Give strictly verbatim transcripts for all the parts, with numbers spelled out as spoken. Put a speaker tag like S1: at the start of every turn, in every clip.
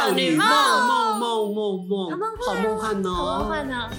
S1: 少女梦
S2: 梦梦梦梦，好梦幻哦，
S1: 好梦幻呢。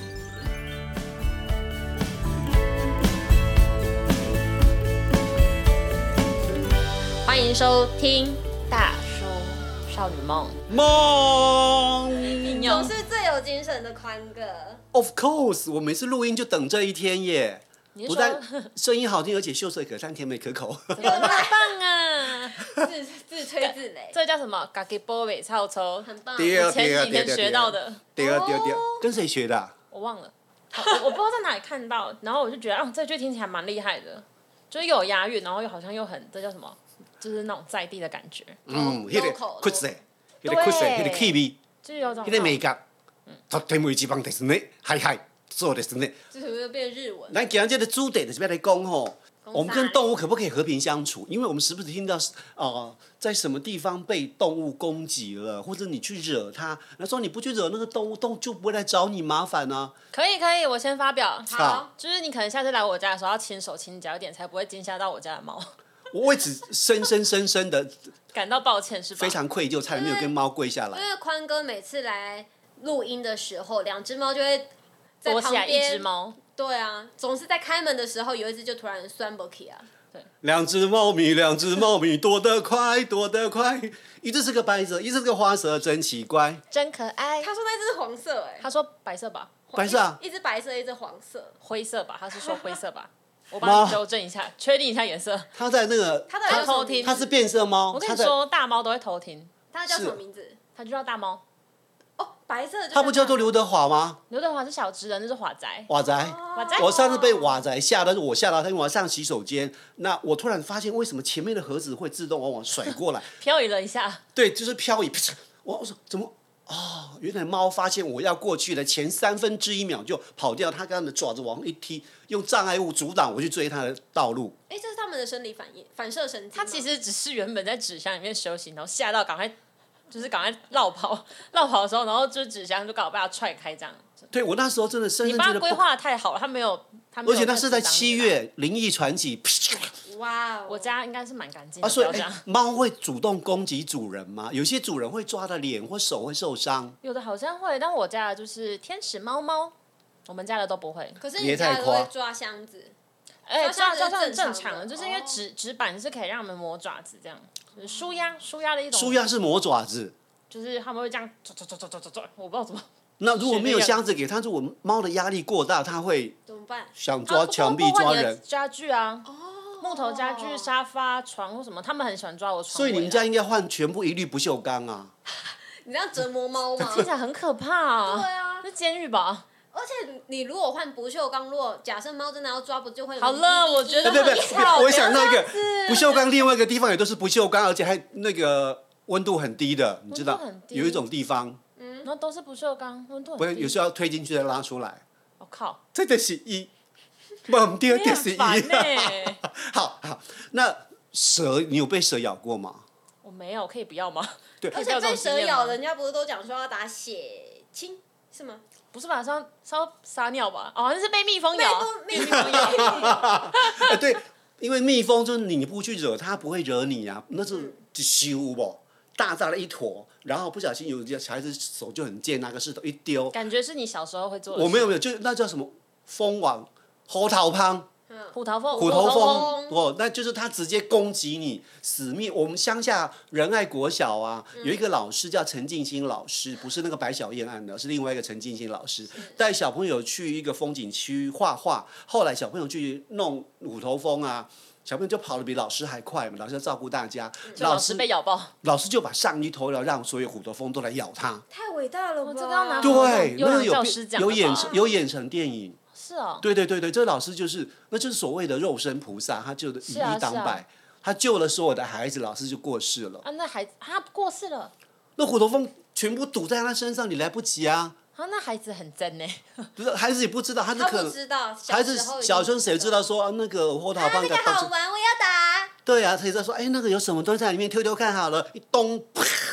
S1: 欢迎收听《大叔少女梦》
S2: 梦。
S3: 总是最有精神的宽哥。
S2: Of course， 我每次录音就等这一天耶。不但声音好听，而且秀色可餐，甜美可口。
S1: 很棒啊！
S3: 自自吹自擂，
S1: 这叫什么？家己保卫臭臭，
S3: 很棒。
S1: 我前几天学到的。
S2: 对啊对啊对啊，跟谁学的、啊？
S1: 我忘了，我我不知道在哪里看到，然后我就觉得，啊，这句听起来蛮厉害的，就是又有押韵，然后又好像又很，这叫什么？就是那种在地的感觉。
S2: 嗯，那个酷色，那个
S1: 对
S2: 酷色，那个气味，
S1: 就是有种
S2: 那个美感，とても一番ですね。はいはい。そうですね。
S3: 这是不是变日文？
S2: 咱今日的主题就是要来讲吼，我们跟动物可不可以和平相处？因为我们时不时听到，呃，在什么地方被动物攻击了，或者你去惹它，然后说你不去惹那个动物，动物就不会来找你麻烦啊。
S1: 可以可以，我先发表。
S2: 好，
S1: 就是你可能下次来我家的时候要轻手轻脚一点，才不会惊吓到我家的猫。
S2: 我为此深深深深的
S1: 感到抱歉，是吧？
S2: 非常愧疚，差点没有跟猫跪下来。
S3: 因为宽哥每次来录音的时候，两只猫就会在
S1: 躲起来
S3: 旁边。
S1: 一只猫。
S3: 对啊，总是在开门的时候，有一只就突然酸不起啊。
S2: 两只猫咪，两只猫咪，躲得快，躲得快。一只是个白蛇，一只是个花蛇，真奇怪。
S1: 真可爱。
S3: 他说那只是黄色哎、欸。
S1: 他说白色吧。
S2: 白色啊。
S3: 一只白色，一只黄色。
S1: 灰色吧，他是说灰色吧。我帮你纠正一下，确定一下颜色。
S2: 它在那个，
S3: 它在
S1: 偷听。
S2: 它是变色猫。
S1: 我跟你说，大猫都会偷听。
S3: 它叫什么名字？
S1: 它就叫大猫。
S3: 哦，白色的。
S2: 它不叫做刘德华吗？
S1: 刘德华是小只的，那是华仔。
S2: 华仔。
S1: 华仔。
S2: 我上次被华仔吓到，我吓到他，因为我要上洗手间，那我突然发现为什么前面的盒子会自动往往甩过来，
S1: 漂移了一下。
S2: 对，就是漂移。我我说怎么？哦，原来猫发现我要过去的前三分之一秒就跑掉，它刚刚的爪子往上一踢，用障碍物阻挡我去追它的道路。
S3: 哎，这是它们的生理反应，反射神经。
S1: 它其实只是原本在纸箱里面休息，然后吓到赶快，就是赶快绕跑，绕跑的时候，然后就纸箱就刚好被它踹开这样。
S2: 对，我那时候真的深深觉得。
S1: 你帮他规划的太好了，他没有，他没有。
S2: 而且那是在七月，灵异传奇。
S3: 哇哦！
S1: 我家应该是蛮干净的。
S2: 啊，所以猫会主动攻击主人吗？有些主人会抓的脸或手会受伤。
S1: 有的好像会，但我家的就是天使猫猫，我们家的都不会。
S3: 可是你家的会抓箱子。
S1: 哎，抓抓
S3: 是
S1: 正常的，就是因为纸纸板是可以让他们磨爪子这样，就是舒压舒压的一种。
S2: 舒压是磨爪子。
S1: 就是他们会这样抓抓抓抓抓抓抓，我不知道怎么。
S2: 那如果没有箱子给它，如果猫的压力过大，它会
S3: 怎么办？
S2: 想抓墙壁、抓人。
S1: 家具啊，木头家具、沙发、床或什么，他们很喜欢抓我床。
S2: 所以你们家应该换全部一律不锈钢啊！
S3: 你这样折磨猫吗？
S1: 听起来很可怕啊！
S3: 对啊，
S1: 是监狱吧？
S3: 而且你如果换不锈钢，如果假设猫真的要抓，不就会
S1: 好了？我觉得
S2: 对对对，我想到一个不锈钢，另外一个地方也都是不锈钢，而且还那个温度很低的，你知道？有一种地方。
S1: 然后都是不锈钢，温度很低。
S2: 不是，有时候要推进去再拉出来。
S1: 我靠！
S2: 这就是一，忘掉就是一。好好，那蛇你有被蛇咬过吗？
S1: 我没有，可以不要吗？
S2: 对。
S3: 而且被蛇咬，人家不是都讲说要打血清是吗？
S1: 不是吧？是要是要撒尿吧？哦，那是被蜜蜂咬。
S3: 被蜜蜂咬。
S2: 对，因为蜜蜂就是你不去惹它，不会惹你啊，那是一咻不。大大的一坨，然后不小心有小孩子手就很贱，拿个石头一丢。
S1: 感觉是你小时候会做的。
S2: 我没有没有，就那叫什么蜂王、猴头胖、
S1: 虎头蜂、
S2: 虎头蜂，哦，那就是他直接攻击你，死灭。我们乡下仁爱国小啊，有一个老师叫陈进兴老师，不是那个白小燕案的，是另外一个陈进兴老师，带小朋友去一个风景区画画，后来小朋友去弄虎头蜂啊。小朋友就跑得比老师还快嘛，老师要照顾大家，
S1: 老师被咬爆，
S2: 老师就把上衣脱了，让所有虎头蜂都来咬他。
S3: 太伟大了吧！
S1: 这个要拿
S2: 对，
S1: 有
S2: 有
S1: 教师讲
S2: 有演有演成电影。
S1: 是哦。
S2: 对对对对，这个老师就是那就是所谓的肉身菩萨，他就以一当百，他救了所有的孩子，老师就过世了。
S1: 啊，那孩子他过世了，
S2: 那虎头蜂全部堵在他身上，你来不及啊。
S1: 啊，那孩子很真呢。
S2: 不是，孩子也不知道，他那
S3: 个不知道，
S2: 孩子小时候谁知道说那个虎头蜂？
S3: 啊，那个好玩，我要打。
S2: 对啊，谁在说哎那个有什么东西在里面，丢丢看好了，一咚，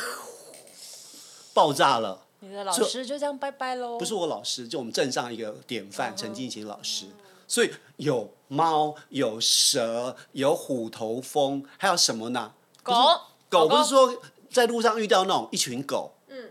S2: 爆炸了。
S1: 你的老师就这样拜拜喽？
S2: 不是我老师，就我们镇上一个典范陈进兴老师。所以有猫，有蛇，有虎头蜂，还有什么呢？
S1: 狗。
S2: 狗不是说在路上遇到那种一群狗，
S3: 嗯，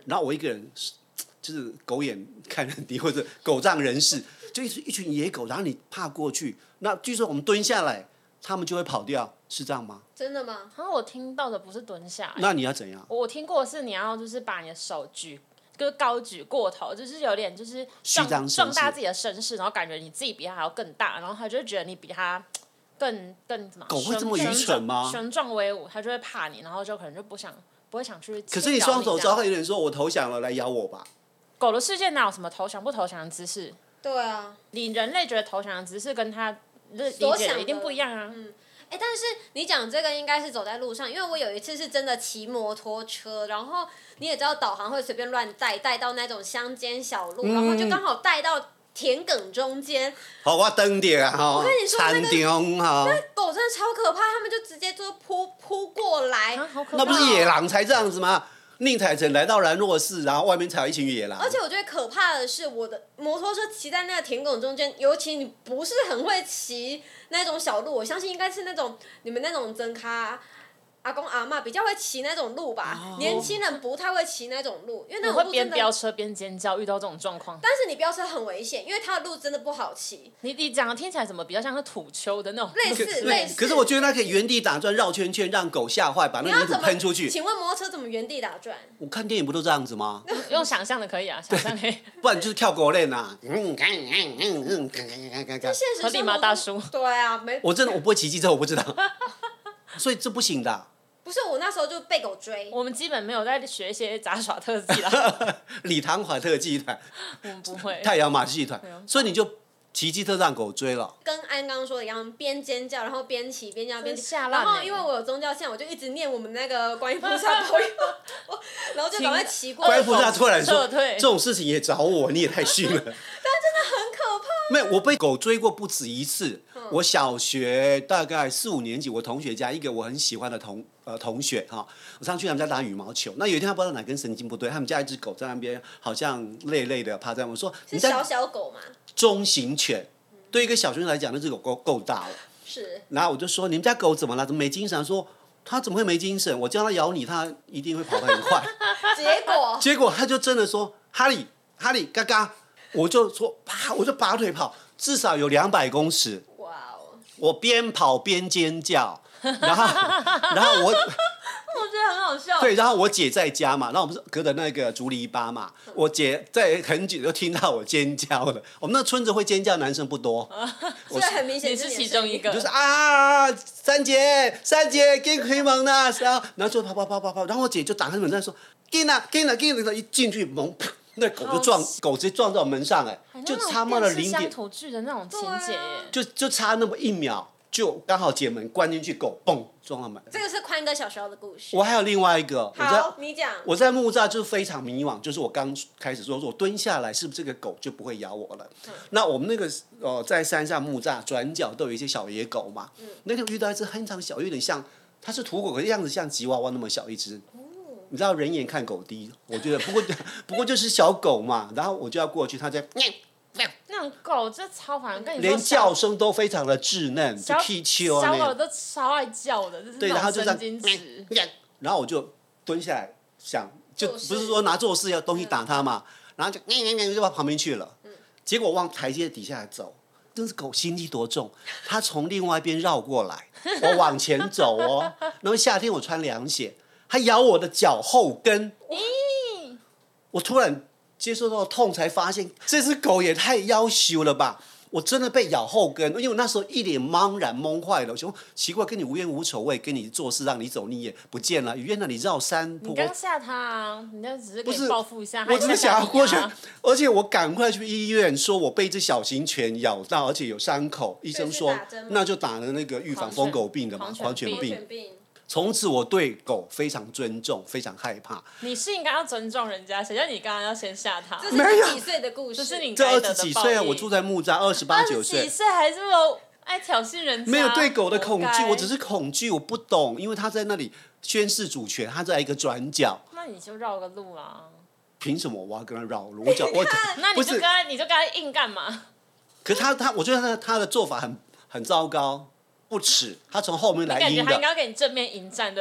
S2: 然后我一个人就是狗眼看人低，或者狗仗人势，就一一群野狗，然后你怕过去，那据说我们蹲下来，他们就会跑掉，是这样吗？
S3: 真的吗？
S1: 然后我听到的不是蹲下、欸，
S2: 那你要怎样？
S1: 我听过的是你要就是把你的手举。就是高举过头，就是有点就是壮壮大自己的身势，然后感觉你自己比他还要更大，然后他就会觉得你比他更更怎么？
S2: 狗会这么愚蠢吗？
S1: 雄壮威武，他就会怕你，然后就可能就不想不会想去。
S2: 可是你双手召唤，有点说我投降了，来咬我吧。
S1: 狗的世界哪有什么投降不投降的姿势？
S3: 对啊，
S1: 你人类觉得投降的姿势跟他理解的一定不一样啊。
S3: 嗯。哎、欸，但是你讲这个应该是走在路上，因为我有一次是真的骑摩托车，然后你也知道导航会随便乱带，带到那种乡间小路，嗯、然后就刚好带到田埂中间。
S2: 好，我登点啊！
S3: 我跟你说那
S2: 个，那
S3: 狗真的超可怕，他们就直接就扑扑过来、
S1: 啊好可怕哦。
S2: 那不是野狼才这样子吗？宁采臣来到兰若寺，然后外面才有一群野狼。
S3: 而且我觉得可怕的是，我的摩托车骑在那个田埂中间，尤其你不是很会骑那种小路，我相信应该是那种你们那种真咖阿公阿嬷比较会骑那种路吧，哦、年轻人不太会骑那种路，因为那种路
S1: 会边飙车边尖叫，遇到这种状况。
S3: 但是你飙车很危险，因为它的路真的不好骑。
S1: 你你讲的听起来怎么比较像是土丘的那种？
S3: 类似类似。
S2: 可是我觉得它可以原地打转绕圈圈，让狗吓坏，把那个泥土喷出去。
S3: 请问摩托车怎么原地打转？
S2: 我看电影不都这样子吗？
S1: 用想象的可以啊，想象可以。
S2: 不然就是跳狗链啊。
S3: 嗯嗯嗯嗯。这现实
S1: 合理吗，大叔？
S3: 对啊，没。
S2: 我真的我不会骑机车，我不知道。所以这不行的、啊。
S3: 不是，我那时候就被狗追。
S1: 我们基本没有在学一些杂耍特技啦。
S2: 李唐华特技团。
S1: 我们不会。
S2: 太阳马戏团，所以你就骑机车让狗追了。
S3: 跟安刚刚说的一样，边尖叫，然后边骑边叫边骑。
S1: 然
S3: 后因为我有宗教信仰，我就一直念我们那个观音菩萨保佑，然后就赶快骑过。
S2: 观音菩萨突然说：“
S1: 这
S2: 种事情也找我，你也太逊了。”但真
S3: 的很可怕。
S2: 没有，我被狗追过不止一次。嗯、我小学大概四五年级，我同学家一个我很喜欢的同呃同学哈，我上去他们家打羽毛球。那有一天他不知道哪根神经不对，他们家一只狗在那边好像累累的趴在我说：“
S3: 是小小狗吗？”
S2: 中型犬，对一个小学生来讲，那只狗够够大了。
S3: 是。
S2: 然后我就说：“你们家狗怎么了？怎么没精神？”说：“它怎么会没精神？我叫它咬你，它一定会跑得很快。”
S3: 结果。
S2: 结果他就真的说：“哈利，哈利，嘎嘎！”我就说：“啪！”我就拔腿跑，至少有两百公尺。
S3: 哇哦！
S2: 我边跑边尖叫，然后，然后我。
S1: 我觉得很好笑。
S2: 对，然后我姐在家嘛，然后我们是隔着那个竹篱笆嘛，我姐在很久就听到我尖叫了。我们那村子会尖叫男生不多，
S3: 所以很明显
S1: 是其中一个。
S2: 就是啊，三姐，三姐，给开门呐！然后，然后就跑跑跑跑跑，然后我姐就打开门在说：“进来，进来，进来！”一进去门，那狗就撞，狗直接撞到门上，哎，就差那么零点。
S1: 乡土剧的那种情节耶。
S2: 就就差那么一秒。就刚好解门关进去，狗嘣撞到门。
S3: 这个是宽哥小时候的故事。
S2: 我还有另外一个，
S3: 好，你讲。
S2: 我在木栅就非常迷惘，就是我刚开始说，我蹲下来，是不是这个狗就不会咬我了？嗯、那我们那个呃，在山上木栅转角都有一些小野狗嘛。嗯、那天遇到一只非常小，有点像，它是土狗，可是样子像吉娃娃那么小一只。哦、你知道人眼看狗低，我觉得不过不过就是小狗嘛，然后我就要过去，它在。
S1: 那种狗这超烦，跟你说
S2: 连叫声都非常的稚嫩，就气球啊，
S1: 小狗都超爱叫的，这是那种神经质。
S2: 然后我就蹲下来想，就不是说拿做事要东西打它嘛，然后就就到旁边去了。结果往台阶底下走，这只狗心机多重，它从另外一边绕过来，我往前走哦。然后夏天我穿凉鞋，它咬我的脚后跟，我突然。接受到痛，才发现这只狗也太夭寿了吧！我真的被咬后跟，因为我那时候一脸茫然懵坏了。我说奇怪，跟你无冤无仇，我也跟你做事让你走，你也不见了，原来你绕山坡。
S1: 你刚吓他啊！你那只是可以报复一下。
S2: 我只是想要过去，而且我赶快去医院，说我被一只小型犬咬到，而且有伤口。医生说那就打了那个预防疯狗病的嘛，狂犬病。从此我对狗非常尊重，非常害怕。
S1: 你是应该要尊重人家，谁叫你刚刚要先吓他？
S3: 这是几岁的故事？
S1: 这是你
S2: 这二十几岁啊！我住在木栅，二十八九岁。
S1: 二十几岁还这么爱挑衅人家？
S2: 没有对狗的恐惧，我只是恐惧，我不懂，因为他在那里宣示主权，他在一个转角。
S1: 那你就绕个路啊！
S2: 凭什么我要跟他绕路？我讲我
S1: 那你就跟他，你就跟他硬干嘛？
S2: 可他他，我觉得他他的做法很很糟糕。不耻，他从后面来阴的。
S1: 你感觉他应该要给你正面迎战，对吧？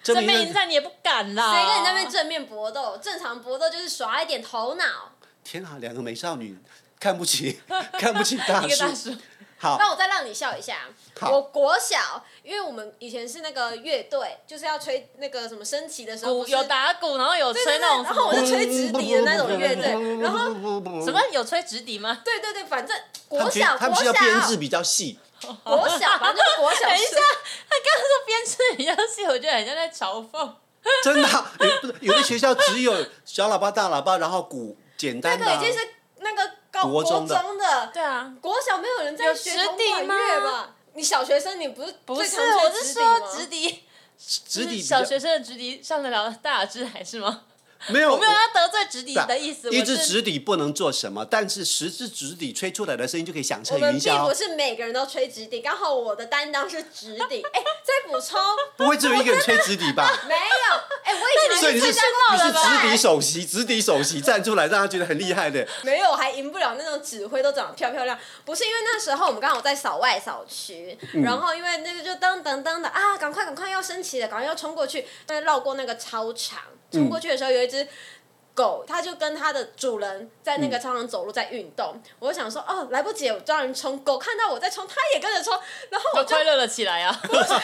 S2: 正
S1: 面迎战你也不敢啦。
S3: 谁跟你那边正面搏斗？正常搏斗就是耍一点头脑。
S2: 天啊，两个美少女看不起看不起大叔。
S1: 一个大叔。
S2: 好，
S3: 那我再让你笑一下。我国小，因为我们以前是那个乐队，就是要吹那个什么升旗的时候，
S1: 有打鼓，然后有吹那种，
S3: 然后我就吹直笛的那种乐队，然后
S1: 什么有吹直笛吗？
S3: 对对对，反正国小
S2: 他们需要编制比较细。
S3: 国小，反正就是国小。
S1: 等一下，他刚刚说编制比较细，我觉得很像在嘲讽。
S2: 真的、啊，有的学校只有小喇叭、大喇叭，然后鼓简单的、啊。
S3: 那个已经是那个高
S2: 国中的。
S3: 国中的
S1: 对啊。
S3: 国小没有人在学铜管乐吧？你小学生你不是
S1: 不是？我是说直笛。
S2: 直笛。
S1: 小学生的直笛上得了大雅之海是吗？
S2: 没有，
S1: 我没有要得罪直笛的意思。
S2: 一支直笛不能做什么，但是十支直笛吹出来的声音就可以响彻云霄。
S3: 我们并不是每个人都吹直笛，刚好我的担当是直笛。哎，再补充，
S2: 不会只有一个人吹直笛吧？
S3: 没有，哎，我以前
S2: 所以你是
S3: 参加过了吧？
S2: 你是直笛首席，直笛首席站出来，让他觉得很厉害的。
S3: 没有，还赢不了那种指挥都长得漂漂亮。不是因为那时候我们刚好在扫外扫区，
S2: 嗯、
S3: 然后因为那个就噔噔噔的啊，赶快赶快要升旗了，赶快要冲过去，绕过那个操场，冲过去的时候有一只。狗，它就跟它的主人在那个操场走路，在运动。嗯、我就想说，哦，来不及，我叫人冲。狗看到我在冲，它也跟着冲，然后我就
S1: 快乐了起来啊！
S3: 我就绕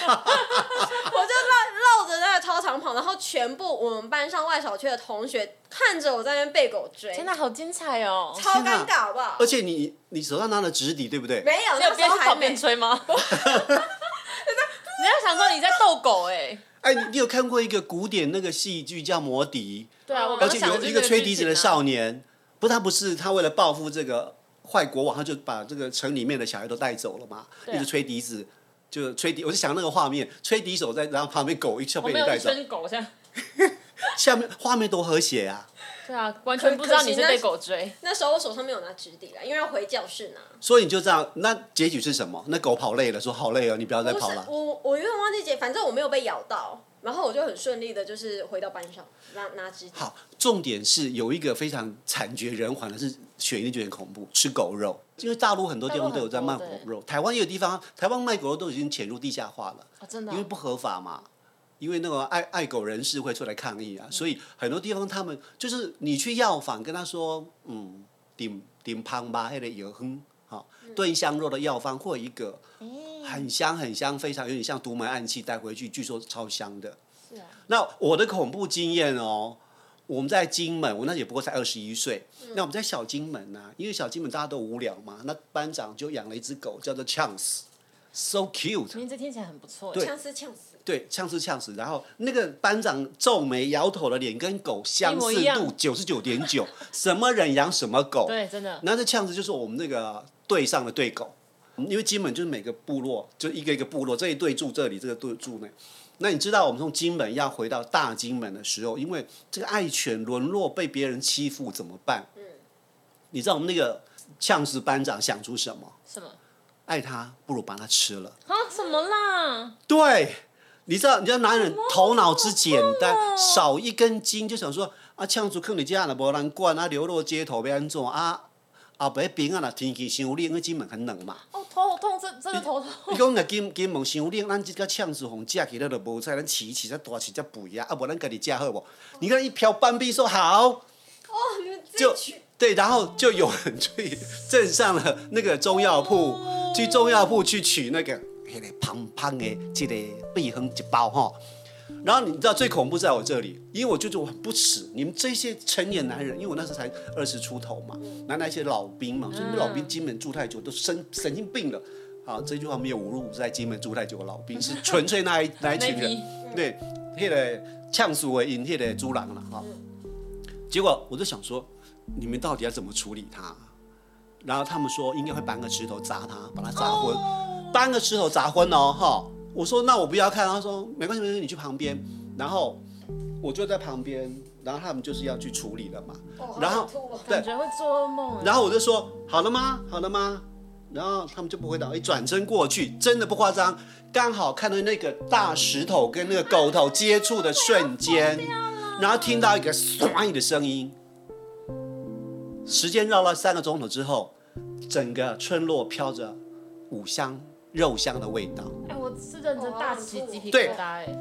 S3: 绕着那个操场跑，然后全部我们班上外小区的同学看着我在那边被狗追，
S1: 真的好精彩哦，
S3: 超尴尬，好不好？
S2: 而且你你手上拿的直笛，对不对？
S3: 没有，那
S1: 时候还没吹吗？你要想说你在逗狗哎、欸。
S2: 哎，你有看过一个古典那个戏剧叫《魔笛》？
S1: 对啊，
S2: 而且有一个吹笛子的少年，不，他不是他为了报复这个坏国王，他就把这个城里面的小孩都带走了嘛，一直吹笛子，就吹笛，我就想那个画面，吹笛手在，然后旁边狗一下被人带走，
S1: 一狗这样，
S2: 下面画面多和谐啊！
S1: 对啊，完全不知道你是被狗追。
S3: 那时候我手上没有拿直笛啦，因为要回教室拿。
S2: 所以你就这样，那结局是什么？那狗跑累了，说好累哦，你不要再跑了。
S3: 我我有点忘记结，反正我没有被咬到。然后我就很顺利的，就是回到班上拿拿直笛。
S2: 好，重点是有一个非常惨绝人寰的是，雪莉觉得很恐怖，吃狗肉，因为大陆很多地方都有在卖狗肉，台湾也有地方，台湾卖狗肉都已经潜入地下化了，
S1: 哦、真的、哦，
S2: 因为不合法嘛，因为那个爱爱狗人士会出来抗议啊，嗯、所以很多地方他们就是你去药房跟他说，嗯，顶顶胖吧，那个药方，好炖香肉的药方或一个。很香很香，非常有点像独门暗器，带回去据说超香的。
S1: 是啊。
S2: 那我的恐怖经验哦，我们在金门，我那也不过才二十一岁。嗯、那我们在小金门啊，因为小金门大家都无聊嘛，那班长就养了一只狗，叫做呛死 ，so cute。
S1: 名字听起来很不错。
S3: 呛死呛死。
S2: 对，呛死呛死。然后那个班长皱眉摇头的脸跟狗相似度九十九点九，什么人养什么狗。
S1: 对，真的。
S2: 那这呛死就是我们那个队上的队狗。因为金门就是每个部落就一个一个部落，这一队住这里，这个队住那。那你知道我们从金门要回到大金门的时候，因为这个爱犬沦落被别人欺负怎么办？嗯、你知道我们那个呛死班长想出什么？
S1: 什么？
S2: 爱它不如把它吃了。
S1: 啊？什么啦？
S2: 对，你知道，你知道男人头脑之简单，哦、少一根筋就想说啊，呛死坑你家了，无人管啊，流落街头要安怎啊？后尾冰啊，若天气伤冷，因为金门很冷嘛。
S1: 哦，头好痛，真真的头痛。
S2: 你讲若金金门伤冷，咱即个呛死红架起来就无菜，咱饲一饲，再大饲再肥啊，啊无咱家己食好无？你看一瓢半壁说好。
S3: 哦，你们
S2: 就对，然后就有人去镇上了那个中药铺，哦、去中药铺去取那个迄个胖胖的这个避风一包哈。然后你知道最恐怖在我这里，因为我就觉得我很不耻，你们这些成年男人，因为我那时候才二十出头嘛，拿那些老兵嘛，所以老兵金门住太久都神神经病了。好，这句话没有侮辱在金门住太久的老兵，是纯粹那一那一群人，对，那个呛死为因，那个猪狼了哈。结果我就想说，你们到底要怎么处理他？然后他们说应该会搬个石头砸他，把他砸昏，搬个石头砸昏哦哈。我说那我不要看，他说没关系没关系，你去旁边，然后我就在旁边，然后他们就是要去处理了嘛，
S3: 哦、
S2: 然后
S1: 感觉会做噩梦，
S2: 然后我就说好了吗？好了吗？然后他们就不回答，一转身过去，真的不夸张，刚好看到那个大石头跟那个狗头接触的瞬间，然后听到一个唰的声音，时间绕了三个钟头之后，整个村落飘着五香肉香的味道。
S1: 哎，我是认真大起鸡皮疙瘩哎。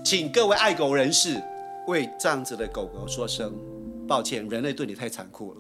S2: 请各位爱狗人士为这样子的狗狗说声抱歉，人类对你太残酷了。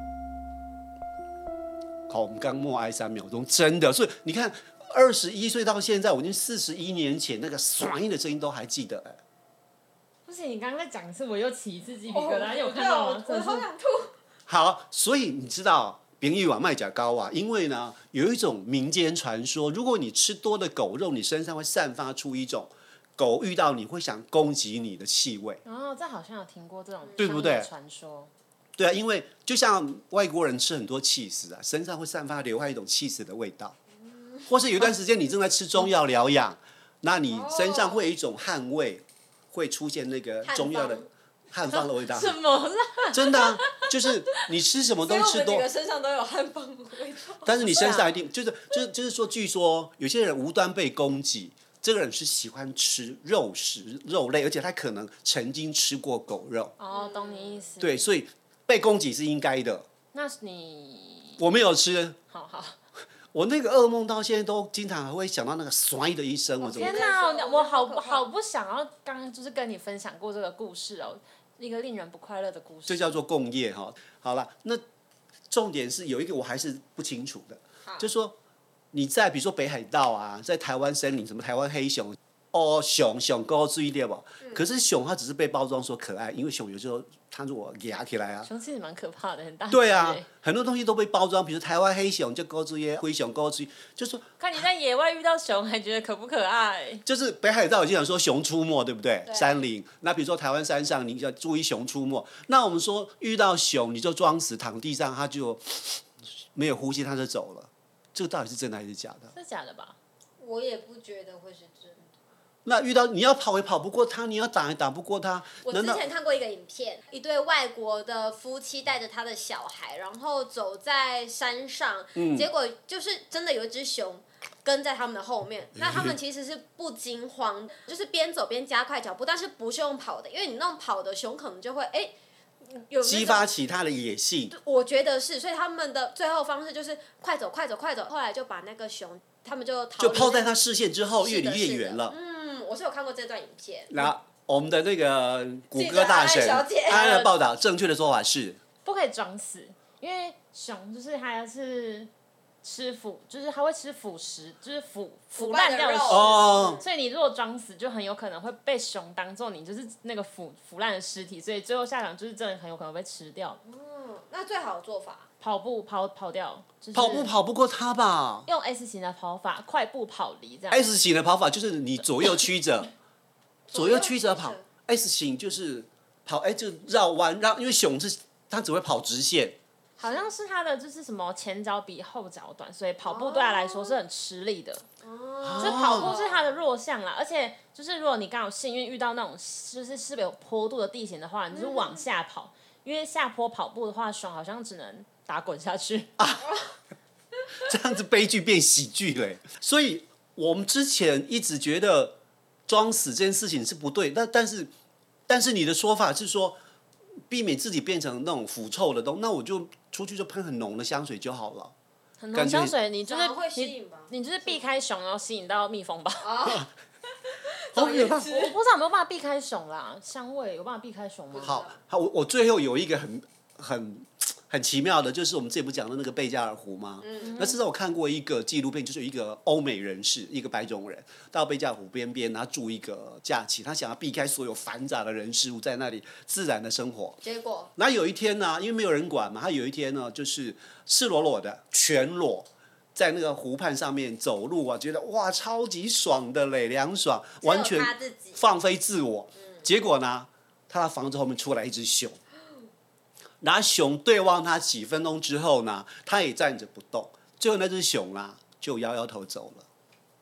S2: 好，我们刚默哀三秒钟，真的，所以你看，二十一岁到现在，我已经四十一年前那个爽音的声音都还记得哎。
S1: 不行，你刚刚在讲一次，我又起一次鸡皮疙瘩，你有看到吗？
S3: 我好想吐。
S2: 好，所以你知道朋友啊，卖假膏啊，因为呢有一种民间传说，如果你吃多的狗肉，你身上会散发出一种狗遇到你会想攻击你的气味。
S1: 哦，这好像有听过这种
S2: 对不对
S1: 传说？
S2: 对啊，因为就像外国人吃很多起司啊，身上会散发留下一种起司的味道，或是有一段时间你正在吃中药疗养，那你身上会有一种汗味，会出现那个中药的汉方的味道。
S1: 什么啦？
S2: 真的啊，就是你吃什么东西吃多，
S3: 所以我们几个身上都有汉方的味道。
S2: 但是你身上一定就是就是就是说，据说有些人无端被攻击，这个人是喜欢吃肉食肉类，而且他可能曾经吃过狗肉。
S1: 哦，懂你意思。
S2: 对，所以被攻击是应该的。
S1: 那你
S2: 我没有吃。
S1: 好好。
S2: 我那个噩梦到现在都经常还会想到那个衰的一声，我怎么？
S1: 天哪，我好好不想要刚刚就是跟你分享过这个故事哦，一个令人不快乐的故事。
S2: 这叫做共业哈。好了，那重点是有一个我还是不清楚的，就是说你在比如说北海道啊，在台湾森林，什么台湾黑熊，哦熊熊高注意点吧。可是熊它只是被包装说可爱，因为熊有时候它如果压起来啊，
S1: 熊其实蛮可怕的，很大。
S2: 对啊，很多东西都被包装，比如台湾黑熊就高注意，灰熊高注意，就是说。
S1: 看你在野外遇到熊，还觉得可不可爱？
S2: 就是北海道经常说熊出没，对不对？对山林，那比如说台湾山上，你要注意熊出没。那我们说遇到熊，你就装死躺地上，它就没有呼吸，它就走了。这个到底是真的还是假的？
S1: 是假的吧？
S3: 我也不觉得会是真的。
S2: 那遇到你要跑也跑不过他，你要打也打不过他。
S3: 我之前看过一个影片，一对外国的夫妻带着他的小孩，然后走在山上，嗯、结果就是真的有一只熊跟在他们的后面。那他们其实是不惊慌，就是边走边加快脚步，但是不是用跑的，因为你那种跑的熊可能就会哎。有
S2: 激发起他的野性，
S3: 我觉得是，所以他们的最后方式就是快走快走快走，后来就把那个熊，他们就逃
S2: 就抛在他视线之后，越离越远了。
S3: 嗯，我是有看过这段影片。
S2: 那我们的那个谷歌大神安安的报道，正确的说法是
S1: 不可以装死，因为熊就是它是。吃腐就是它会吃腐食，就是腐腐烂掉的食物，
S2: 哦、
S1: 所以你如果装死，就很有可能会被熊当做你就是那个腐腐烂的尸体，所以最后下场就是真的很有可能被吃掉。
S3: 嗯，那最好的做法？
S1: 跑步跑跑掉、就是。
S2: 跑步跑不过它吧？
S1: 用 S 型的跑法，快步跑离这样。
S2: S 型的跑法就是你左右曲折，左右曲折跑。S 型就是跑，哎、欸，就绕弯，绕，因为熊是它只会跑直线。
S1: 好像是他的就是什么前脚比后脚短，所以跑步对他来说是很吃力的。哦，就跑步是他的弱项啦，而且就是如果你刚好幸运遇到那种就是是有坡度的地形的话，你就往下跑，因为下坡跑步的话，熊好像只能打滚下去。啊，
S2: 这样子悲剧变喜剧了。所以我们之前一直觉得装死这件事情是不对，但但是但是你的说法是说。避免自己变成那种腐臭的东西，那我就出去就喷很浓的香水就好了。
S1: 很浓香水，你就是
S3: 你，
S1: 你就是避开熊，然后吸引到蜜蜂吧。
S3: 啊，
S2: 好可怕！我
S1: 不知道有没有办法避开熊啦，香味有办法避开熊吗？
S2: 好，好，我我最后有一个很很很奇妙的，就是我们之前不讲的那个贝加尔湖吗？嗯，那至少我看过一个纪录片，就是有一个欧美人士，一个白种人到贝加尔湖边边，然后住一个假期，他想要避开所有繁杂的人事物，在那里自然的生活。
S3: 结果，
S2: 然后有一天呢，因为没有人管嘛，他有一天呢，就是赤裸裸的全裸。在那个湖畔上面走路啊，觉得哇超级爽的嘞，凉爽，完全放飞自我。嗯、结果呢，他的房子后面出来一只熊，然后熊对望他几分钟之后呢，他也站着不动。最后那只熊啊，就摇摇头走了。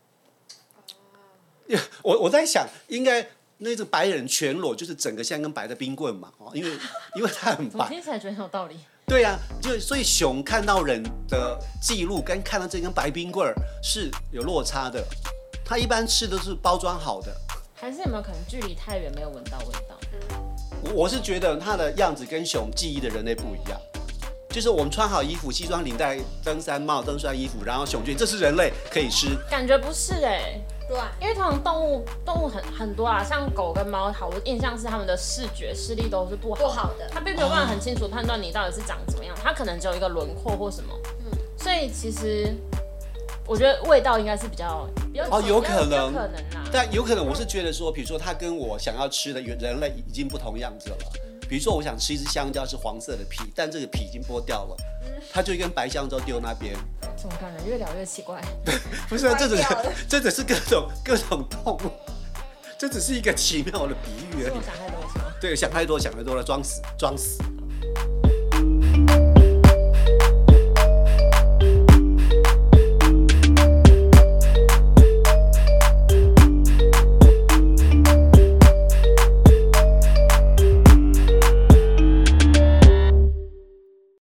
S2: 哦、我我在想，应该那只白人全裸，就是整个像根白的冰棍嘛，哦，因为因为他很白。
S1: 我听起来觉得很有道理。
S2: 对呀、啊，就所以熊看到人的记录跟看到这根白冰棍是有落差的，它一般吃的是包装好的。
S1: 还是有没有可能距离太远没有闻到味道？
S2: 我我是觉得它的样子跟熊记忆的人类不一样，就是我们穿好衣服、西装领带、登山帽、登山衣服，然后熊觉得这是人类可以吃，
S1: 感觉不是哎、欸。
S3: 对，
S1: 因为通常动物动物很很多啊，像狗跟猫，好，我印象是它们的视觉视力都是不好
S3: 不好的，
S1: 它并没有办法很清楚判断你到底是长怎么样，它可能只有一个轮廓或什么。嗯，所以其实我觉得味道应该是比较比较
S2: 哦，有可能，
S1: 有可能啦。
S2: 但有可能我是觉得说，比如说它跟我想要吃的人类已经不同样子了。比如说我想吃一只香蕉是黄色的皮，但这个皮已经剥掉了，它就一根白香蕉丢那边。
S1: 怎么感觉越聊越奇怪？
S2: 不是、啊，这只这只是各种各种动物，这只是一个奇妙的比喻而已。
S1: 我想太多了是吗？
S2: 对，想太多，想太多了，装死，装死。